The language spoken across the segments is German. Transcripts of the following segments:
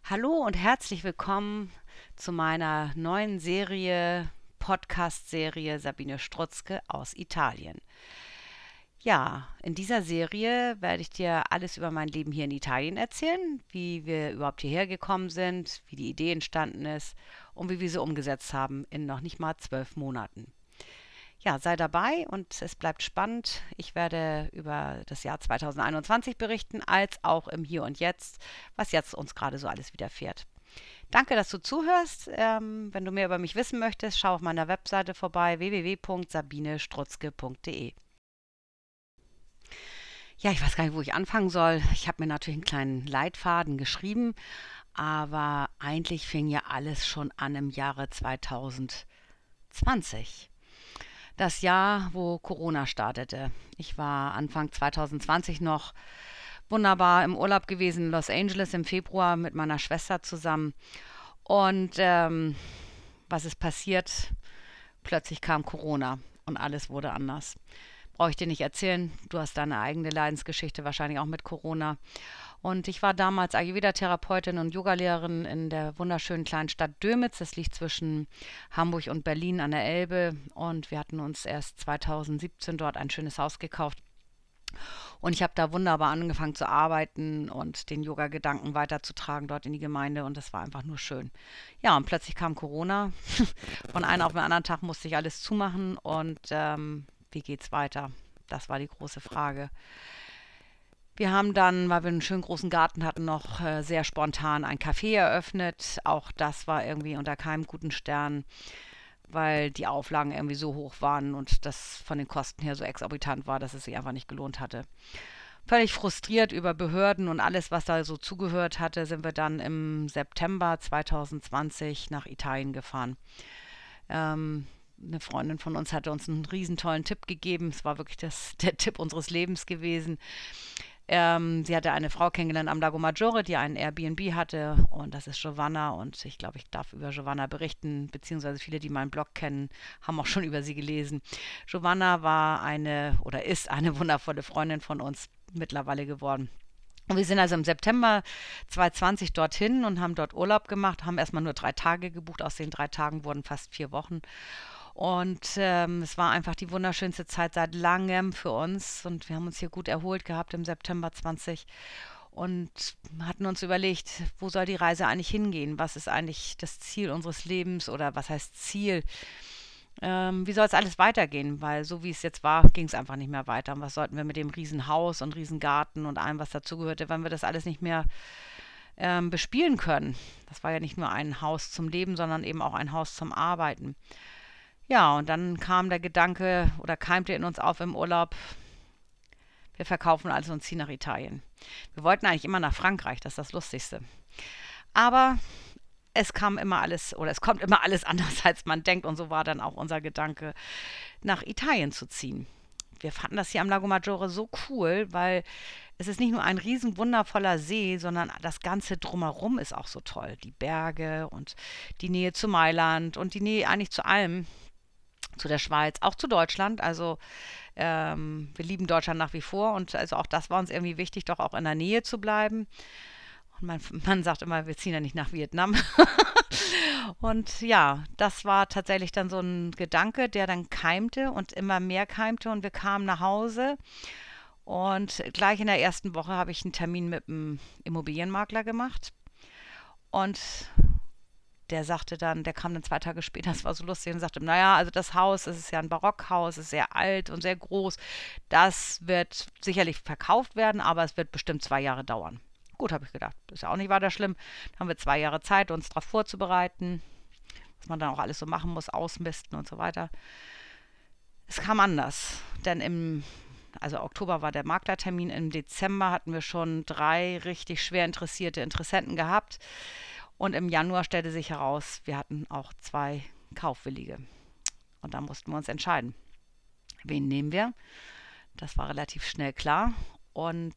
Hallo und herzlich willkommen zu meiner neuen Podcast-Serie Sabine Strutzke aus Italien. Ja, in dieser Serie werde ich dir alles über mein Leben hier in Italien erzählen, wie wir überhaupt hierher gekommen sind, wie die Idee entstanden ist und wie wir sie umgesetzt haben in noch nicht mal 12 Monaten. Ja, sei dabei und es bleibt spannend. Ich werde über das Jahr 2021 berichten, als auch im Hier und Jetzt, was jetzt uns gerade so alles widerfährt. Danke, dass du zuhörst. Wenn du mehr über mich wissen möchtest, schau auf meiner Webseite vorbei www.sabinestrutzke.de. Ja, ich weiß gar nicht, wo ich anfangen soll. Ich habe mir natürlich einen kleinen Leitfaden geschrieben, aber eigentlich fing ja alles schon an im Jahre 2020. Das Jahr, wo Corona startete. Ich war Anfang 2020 noch wunderbar im Urlaub gewesen in Los Angeles im Februar mit meiner Schwester zusammen. Und was ist passiert? Plötzlich kam Corona und alles wurde anders. Brauche ich dir nicht erzählen. Du hast deine eigene Leidensgeschichte wahrscheinlich auch mit Corona. Und ich war damals Ayurveda-Therapeutin und Yogalehrerin in der wunderschönen kleinen Stadt Dömitz. Das liegt zwischen Hamburg und Berlin an der Elbe. Und wir hatten uns erst 2017 dort ein schönes Haus gekauft. Und ich habe da wunderbar angefangen zu arbeiten und den Yoga-Gedanken weiterzutragen dort in die Gemeinde. Und das war einfach nur schön. Ja, und plötzlich kam Corona. Von einem auf den anderen Tag musste ich alles zumachen. Und wie geht's weiter? Das war die große Frage. Wir haben dann, weil wir einen schönen großen Garten hatten, noch sehr spontan ein Café eröffnet. Auch das war irgendwie unter keinem guten Stern, weil die Auflagen irgendwie so hoch waren und das von den Kosten her so exorbitant war, dass es sich einfach nicht gelohnt hatte. Völlig frustriert über Behörden und alles, was da so zugehört hatte, sind wir dann im September 2020 nach Italien gefahren. Eine Freundin von uns hatte uns einen riesen tollen Tipp gegeben. Es war wirklich der Tipp unseres Lebens gewesen. Sie hatte eine Frau kennengelernt am Lago Maggiore, die einen Airbnb hatte und das ist Giovanna und ich glaube, ich darf über Giovanna berichten, beziehungsweise viele, die meinen Blog kennen, haben auch schon über sie gelesen. Giovanna war eine oder ist eine wundervolle Freundin von uns mittlerweile geworden. Und wir sind also im September 2020 dorthin und haben dort Urlaub gemacht, haben erstmal nur 3 Tage gebucht, aus den 3 Tagen wurden fast 4 Wochen. Und es war einfach die wunderschönste Zeit seit langem für uns. Und wir haben uns hier gut erholt gehabt im September 20 und hatten uns überlegt, wo soll die Reise eigentlich hingehen? Was ist eigentlich das Ziel unseres Lebens oder was heißt Ziel? Wie soll es alles weitergehen? Weil so wie es jetzt war, ging es einfach nicht mehr weiter. Und was sollten wir mit dem Riesenhaus und Riesengarten und allem, was dazugehörte, wenn wir das alles nicht mehr bespielen können? Das war ja nicht nur ein Haus zum Leben, sondern eben auch ein Haus zum Arbeiten. Ja, und dann kam der Gedanke oder keimte in uns auf im Urlaub, wir verkaufen also und ziehen nach Italien. Wir wollten eigentlich immer nach Frankreich, das ist das Lustigste. Aber es kam immer alles oder es kommt immer alles anders, als man denkt. Und so war dann auch unser Gedanke, nach Italien zu ziehen. Wir fanden das hier am Lago Maggiore so cool, weil es ist nicht nur ein riesen wundervoller See, sondern das Ganze drumherum ist auch so toll. Die Berge und die Nähe zu Mailand und die Nähe eigentlich zu allem, zu der Schweiz, auch zu Deutschland. Also wir lieben Deutschland nach wie vor und also auch das war uns irgendwie wichtig, doch auch in der Nähe zu bleiben. Und mein Mann sagt immer, wir ziehen ja nicht nach Vietnam. Und ja, das war tatsächlich dann so ein Gedanke, der dann keimte und immer mehr keimte und wir kamen nach Hause. Und gleich in der ersten Woche habe ich einen Termin mit einem Immobilienmakler gemacht. Und der sagte dann, der kam dann 2 Tage später, das war so lustig, und sagte, naja, also das Haus, es ist ja ein Barockhaus, es ist sehr alt und sehr groß. Das wird sicherlich verkauft werden, aber es wird bestimmt 2 Jahre dauern. Gut, habe ich gedacht, ist ja auch nicht weiter schlimm. Dann haben wir 2 Jahre Zeit, uns darauf vorzubereiten, was man dann auch alles so machen muss, ausmisten und so weiter. Es kam anders, denn also Oktober war der Maklertermin, im Dezember hatten wir schon 3 richtig schwer interessierte Interessenten gehabt. Und im Januar stellte sich heraus, wir hatten auch 2 Kaufwillige. Und da mussten wir uns entscheiden. Wen nehmen wir? Das war relativ schnell klar. Und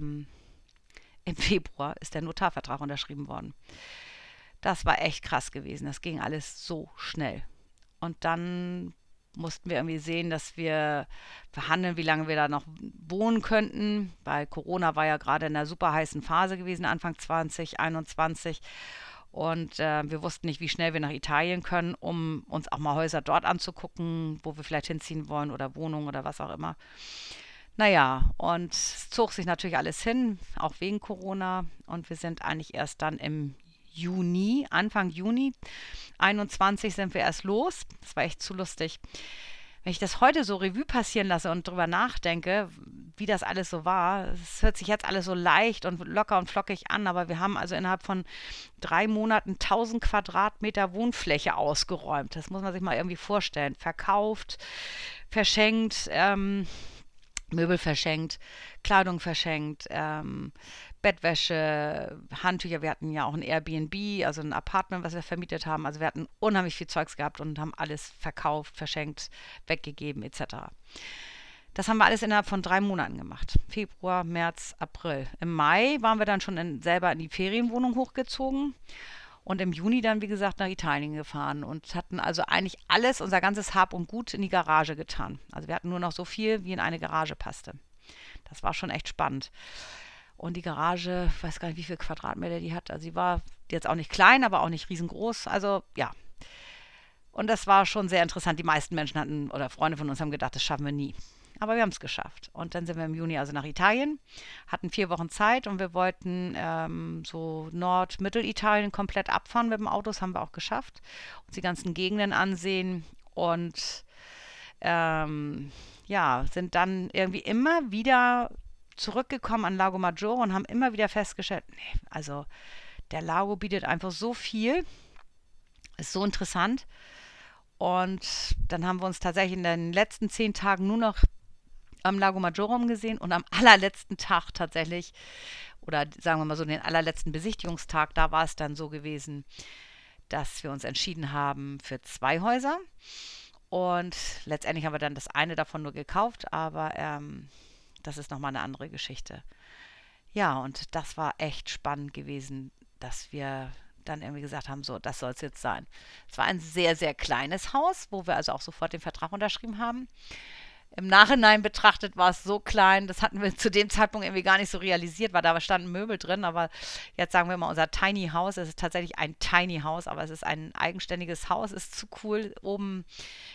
im Februar ist der Notarvertrag unterschrieben worden. Das war echt krass gewesen. Das ging alles so schnell. Und dann mussten wir irgendwie sehen, dass wir verhandeln, wie lange wir da noch wohnen könnten, weil Corona war ja gerade in einer super heißen Phase gewesen, Anfang 2021. Und wir wussten nicht, wie schnell wir nach Italien können, um uns auch mal Häuser dort anzugucken, wo wir vielleicht hinziehen wollen oder Wohnungen oder was auch immer. Naja, und es zog sich natürlich alles hin, auch wegen Corona. Und wir sind eigentlich erst dann im Juni, Anfang Juni 21 sind wir erst los. Das war echt zu lustig. Wenn ich das heute so Revue passieren lasse und drüber nachdenke, wie das alles so war, es hört sich jetzt alles so leicht und locker und flockig an, aber wir haben also innerhalb von 3 Monaten 1000 Quadratmeter Wohnfläche ausgeräumt. Das muss man sich mal irgendwie vorstellen. Verkauft, verschenkt, Möbel verschenkt, Kleidung verschenkt, Bettwäsche, Handtücher. Wir hatten ja auch ein Airbnb, also ein Apartment, was wir vermietet haben. Also wir hatten unheimlich viel Zeugs gehabt und haben alles verkauft, verschenkt, weggegeben etc. Das haben wir alles innerhalb von 3 Monaten gemacht. Februar, März, April. Im Mai waren wir dann schon selber in die Ferienwohnung hochgezogen. Und im Juni dann, wie gesagt, nach Italien gefahren und hatten also eigentlich alles, unser ganzes Hab und Gut in die Garage getan. Also wir hatten nur noch so viel, wie in eine Garage passte. Das war schon echt spannend. Und die Garage, ich weiß gar nicht, wie viel Quadratmeter die hat. Also sie war jetzt auch nicht klein, aber auch nicht riesengroß. Also ja. Und das war schon sehr interessant. Die meisten Menschen hatten, oder Freunde von uns haben gedacht, das schaffen wir nie. Aber wir haben es geschafft. Und dann sind wir im Juni also nach Italien, hatten 4 Wochen Zeit und wir wollten so Nord-Mittelitalien komplett abfahren mit dem Auto. Das haben wir auch geschafft. Uns die ganzen Gegenden ansehen und ja, sind dann irgendwie immer wieder zurückgekommen an Lago Maggiore und haben immer wieder festgestellt, nee, also der Lago bietet einfach so viel, ist so interessant. Und dann haben wir uns tatsächlich in den letzten 10 Tagen nur noch am Lago Maggiore umgesehen und am allerletzten Tag tatsächlich, oder sagen wir mal so, den allerletzten Besichtigungstag, da war es dann so gewesen, dass wir uns entschieden haben für 2 Häuser. Und letztendlich haben wir dann das eine davon nur gekauft, aber das ist nochmal eine andere Geschichte. Ja, und das war echt spannend gewesen, dass wir dann irgendwie gesagt haben, so, das soll es jetzt sein. Es war ein sehr, sehr kleines Haus, wo wir also auch sofort den Vertrag unterschrieben haben. Im Nachhinein betrachtet war es so klein, das hatten wir zu dem Zeitpunkt irgendwie gar nicht so realisiert, weil da standen Möbel drin, aber jetzt sagen wir mal unser Tiny House, es ist tatsächlich ein Tiny House, aber es ist ein eigenständiges Haus, ist zu cool, oben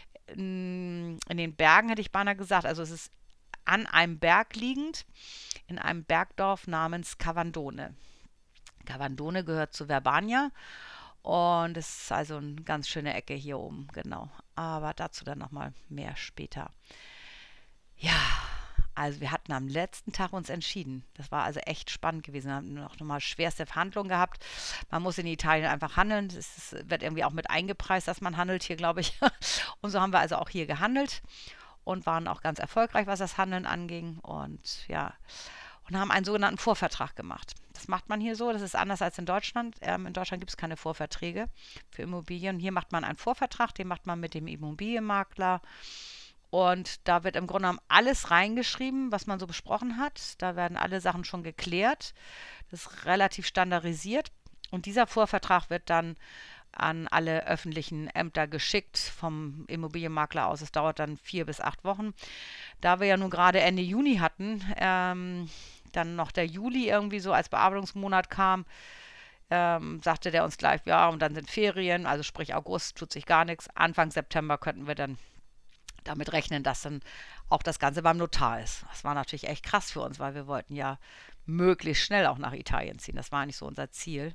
in den Bergen hätte ich beinahe gesagt, also es ist an einem Berg liegend, in einem Bergdorf namens Cavandone. Cavandone gehört zu Verbania und es ist also eine ganz schöne Ecke hier oben, genau. Aber dazu dann nochmal mehr später. Ja, also wir hatten am letzten Tag uns entschieden. Das war also echt spannend gewesen. Wir haben noch mal schwerste Verhandlungen gehabt. Man muss in Italien einfach handeln. Es wird irgendwie auch mit eingepreist, dass man handelt hier, glaube ich. Und so haben wir also auch hier gehandelt und waren auch ganz erfolgreich, was das Handeln anging. Und ja, und haben einen sogenannten Vorvertrag gemacht. Das macht man hier so, das ist anders als in Deutschland. In Deutschland gibt es keine Vorverträge für Immobilien. Hier macht man einen Vorvertrag, den macht man mit dem Immobilienmakler. Und da wird im Grunde genommen alles reingeschrieben, was man so besprochen hat. Da werden alle Sachen schon geklärt. Das ist relativ standardisiert. Und dieser Vorvertrag wird dann an alle öffentlichen Ämter geschickt vom Immobilienmakler aus. Es dauert dann 4 bis 8 Wochen. Da wir ja nun gerade Ende Juni hatten, dann noch der Juli irgendwie so als Bearbeitungsmonat kam, sagte der uns gleich, ja, und dann sind Ferien, also sprich August, tut sich gar nichts. Anfang September könnten wir dann damit rechnen, dass dann auch das Ganze beim Notar ist. Das war natürlich echt krass für uns, weil wir wollten ja möglichst schnell auch nach Italien ziehen. Das war eigentlich so unser Ziel.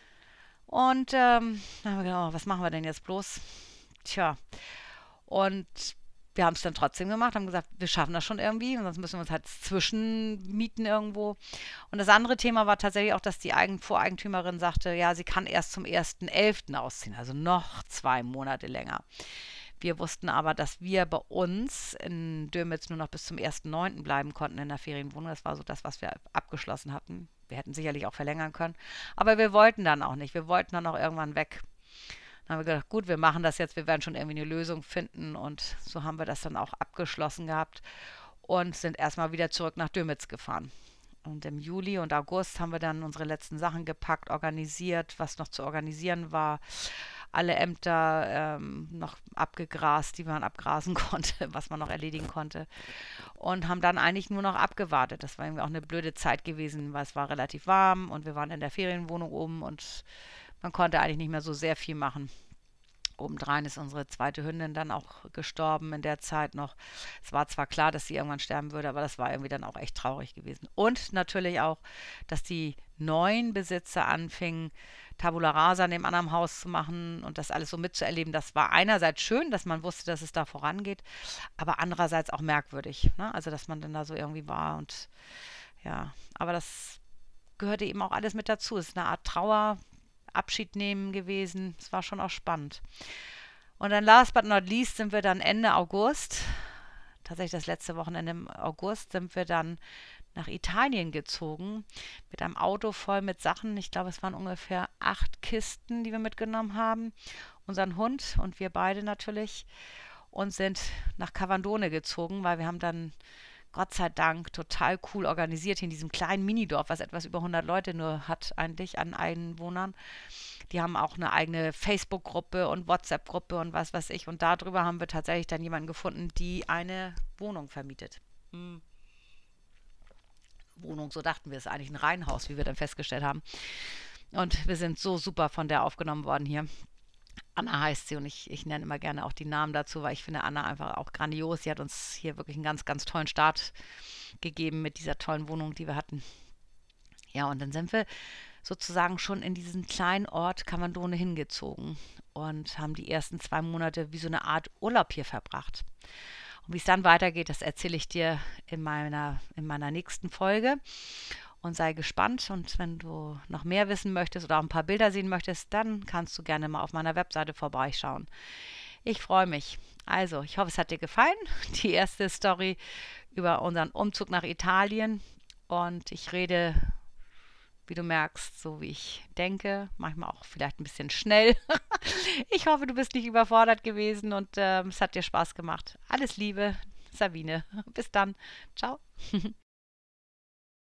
Und dann haben wir gedacht, oh, was machen wir denn jetzt bloß? Tja, und wir haben es dann trotzdem gemacht, haben gesagt, wir schaffen das schon irgendwie, und sonst müssen wir uns halt zwischenmieten irgendwo. Und das andere Thema war tatsächlich auch, dass die Voreigentümerin sagte, ja, sie kann erst zum 1.11. ausziehen, also noch 2 Monate länger. Wir wussten aber, dass wir bei uns in Dürmitz nur noch bis zum 1.9. bleiben konnten in der Ferienwohnung. Das war so das, was wir abgeschlossen hatten. Wir hätten sicherlich auch verlängern können. Aber wir wollten dann auch nicht. Wir wollten dann auch irgendwann weg. Dann haben wir gedacht, gut, wir machen das jetzt. Wir werden schon irgendwie eine Lösung finden. Und so haben wir das dann auch abgeschlossen gehabt und sind erstmal wieder zurück nach Dürmitz gefahren. Und im Juli und August haben wir dann unsere letzten Sachen gepackt, organisiert, was noch zu organisieren war. alle Ämter noch abgegrast, die man abgrasen konnte, was man noch erledigen konnte. Und haben dann eigentlich nur noch abgewartet. Das war irgendwie auch eine blöde Zeit gewesen, weil es war relativ warm und wir waren in der Ferienwohnung oben und man konnte eigentlich nicht mehr so sehr viel machen. Obendrein ist unsere zweite Hündin dann auch gestorben in der Zeit noch. Es war zwar klar, dass sie irgendwann sterben würde, aber das war irgendwie dann auch echt traurig gewesen. Und natürlich auch, dass die neuen Besitzer anfingen, Tabula Rasa in dem anderen Haus zu machen und das alles so mitzuerleben. Das war einerseits schön, dass man wusste, dass es da vorangeht, aber andererseits auch merkwürdig. Ne? Also, dass man dann da so irgendwie war und ja, aber das gehörte eben auch alles mit dazu. Es ist eine Art Trauer, Abschied nehmen gewesen. Es war schon auch spannend. Und dann last but not least sind wir dann Ende August, tatsächlich das letzte Wochenende im August, sind wir dann nach Italien gezogen mit einem Auto voll mit Sachen. Ich glaube, es waren ungefähr 8 Kisten, die wir mitgenommen haben. Unseren Hund und wir beide natürlich und sind nach Cavandone gezogen, weil wir haben dann Gott sei Dank total cool organisiert hier in diesem kleinen Minidorf, was etwas über 100 Leute nur hat eigentlich an Einwohnern. Die haben auch eine eigene Facebook-Gruppe und WhatsApp-Gruppe und was weiß ich. Und darüber haben wir tatsächlich dann jemanden gefunden, die eine Wohnung vermietet. Hm. Wohnung, so dachten wir, ist eigentlich ein Reihenhaus, wie wir dann festgestellt haben. Und wir sind so super von der aufgenommen worden hier. Anna heißt sie und ich nenne immer gerne auch die Namen dazu, weil ich finde Anna einfach auch grandios. Sie hat uns hier wirklich einen ganz, ganz tollen Start gegeben mit dieser tollen Wohnung, die wir hatten. Ja, und dann sind wir sozusagen schon in diesen kleinen Ort Cavandone hingezogen und haben die ersten 2 Monate wie so eine Art Urlaub hier verbracht. Und wie es dann weitergeht, das erzähle ich dir in meiner nächsten Folge. Und sei gespannt. Und wenn du noch mehr wissen möchtest oder auch ein paar Bilder sehen möchtest, dann kannst du gerne mal auf meiner Webseite vorbeischauen. Ich freue mich. Also, ich hoffe, es hat dir gefallen. Die erste Story über unseren Umzug nach Italien. Und ich rede, wie du merkst, so wie ich denke. Manchmal auch vielleicht ein bisschen schnell. Ich hoffe, du bist nicht überfordert gewesen und es hat dir Spaß gemacht. Alles Liebe, Sabine. Bis dann. Ciao.